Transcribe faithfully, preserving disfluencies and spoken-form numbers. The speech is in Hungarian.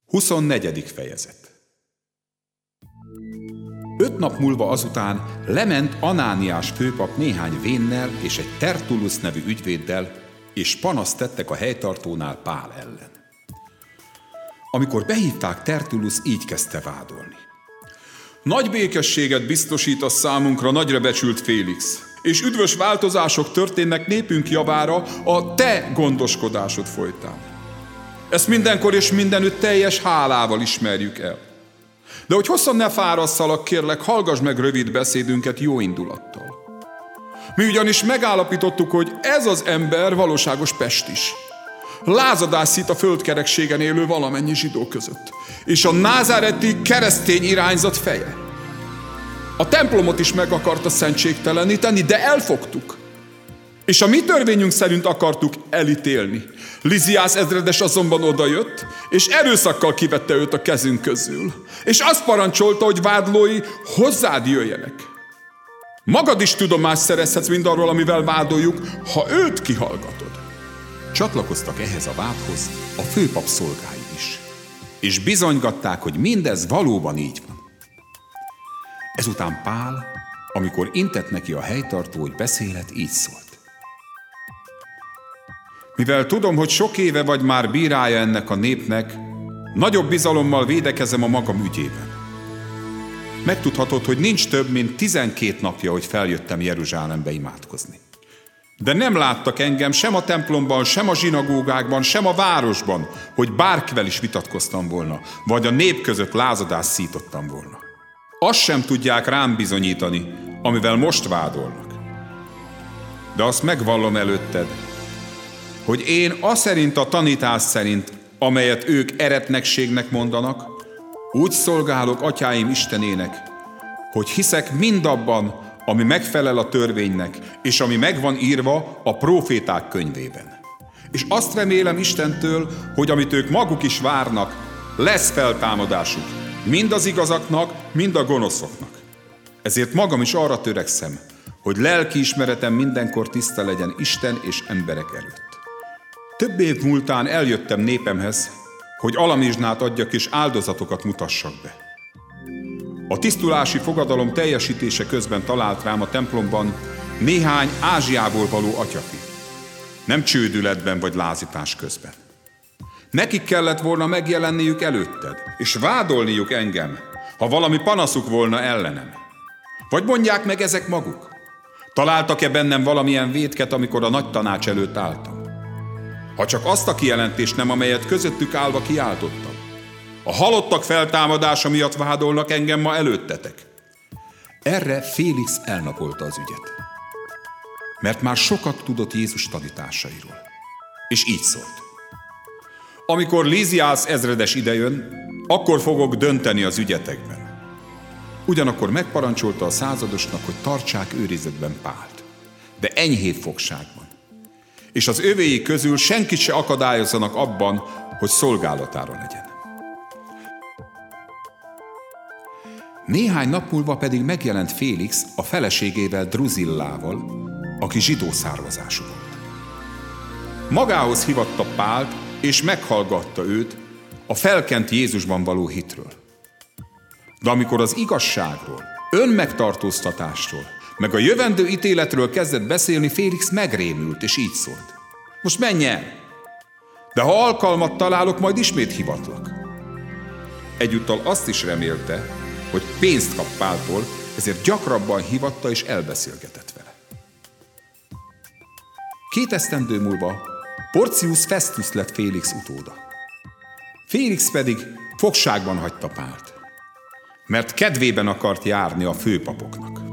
huszonnegyedik fejezet. Öt nap múlva azután lement Anániás főpap néhány vénnel és egy Tertullus nevű ügyvéddel, és panaszt tettek a helytartónál Pál ellen. Amikor behívták, Tertullus így kezdte vádolni. Nagy békességet biztosítasz számunkra, nagyra becsült Félix, és üdvös változások történnek népünk javára a te gondoskodásod folytán. Ezt mindenkor és mindenütt teljes hálával ismerjük el. De hogy hosszan ne fárasszalak, kérlek, hallgass meg rövid beszédünket jó indulattal. Mi ugyanis megállapítottuk, hogy ez az ember valóságos pestis. Lázadás szít a földkerekségen élő valamennyi zsidó között, és a názáreti keresztény irányzat feje. A templomot is meg akarta szentségteleníteni, de elfogtuk. És a mi törvényünk szerint akartuk elítélni. Liziász ezredes azonban odajött, és erőszakkal kivette őt a kezünk közül. És azt parancsolta, hogy vádlói hozzád jöjjenek. Magad is tudomást szerezhetsz mindarról, amivel vádoljuk, ha őt kihallgatod. Csatlakoztak ehhez a vádhoz a főpap szolgái is, és bizonygatták, hogy mindez valóban így van. Ezután Pál, amikor intett neki a helytartó, hogy beszélhet, így szólt. Mivel tudom, hogy sok éve vagy már bírája ennek a népnek, nagyobb bizalommal védekezem a magam ügyében. Megtudhatod, hogy nincs több, mint tizenkét napja, hogy feljöttem Jeruzsálembe imádkozni. De nem láttak engem sem a templomban, sem a zsinagógákban, sem a városban, hogy bárkivel is vitatkoztam volna, vagy a nép között lázadást szítottam volna. Azt sem tudják rám bizonyítani, amivel most vádolnak. De azt megvallom előtted, hogy én aszerint a tanítás szerint, amelyet ők eretnekségnek mondanak, úgy szolgálok atyáim Istenének, hogy hiszek mindabban, ami megfelel a törvénynek, és ami meg van írva a próféták könyvében. És azt remélem Istentől, hogy amit ők maguk is várnak, lesz feltámadásuk, mind az igazaknak, mind a gonoszoknak. Ezért magam is arra törekszem, hogy lelkiismeretem mindenkor tiszta legyen Isten és emberek előtt. Több év múltán eljöttem népemhez, hogy alamizsnát adjak és áldozatokat mutassak be. A tisztulási fogadalom teljesítése közben talált rám a templomban néhány Ázsiából való atyafi. Nem csődületben vagy lázítás közben. Nekik kellett volna megjelenniük előtted, és vádolniuk engem, ha valami panaszuk volna ellenem. Vagy mondják meg ezek maguk. Találtak-e bennem valamilyen vétket, amikor a nagy tanács előtt álltam? Ha csak azt a kijelentést nem, amelyet közöttük állva kiáltottam. A halottak feltámadása miatt vádolnak engem ma előttetek. Erre Félix elnapolta az ügyet. Mert már sokat tudott Jézus tanításairól. És így szólt. Amikor Liziász ezredes idejön, akkor fogok dönteni az ügyetekben. Ugyanakkor megparancsolta a századosnak, hogy tartsák őrizetben Pált, de enyhébb fogságban. És az övéi közül senkit se akadályozzanak abban, hogy szolgálatára legyen. Néhány nap múlva pedig megjelent Félix a feleségével Druzillával, aki zsidó származású volt. Magához hívatta Pált, és meghallgatta őt a felkent Jézusban való hitről. De amikor az igazságról, önmegtartóztatásról, meg a jövendő ítéletről kezdett beszélni, Félix megrémült, és így szólt. Most menj el, de ha alkalmat találok, majd ismét hivatlak. Egyúttal azt is remélte, hogy pénzt kap Páltól, ezért gyakrabban hívatta és elbeszélgetett vele. Két esztendő múlva Porcius Festus lett Félix utóda. Félix pedig fogságban hagyta Pált, mert kedvében akart járni a főpapoknak.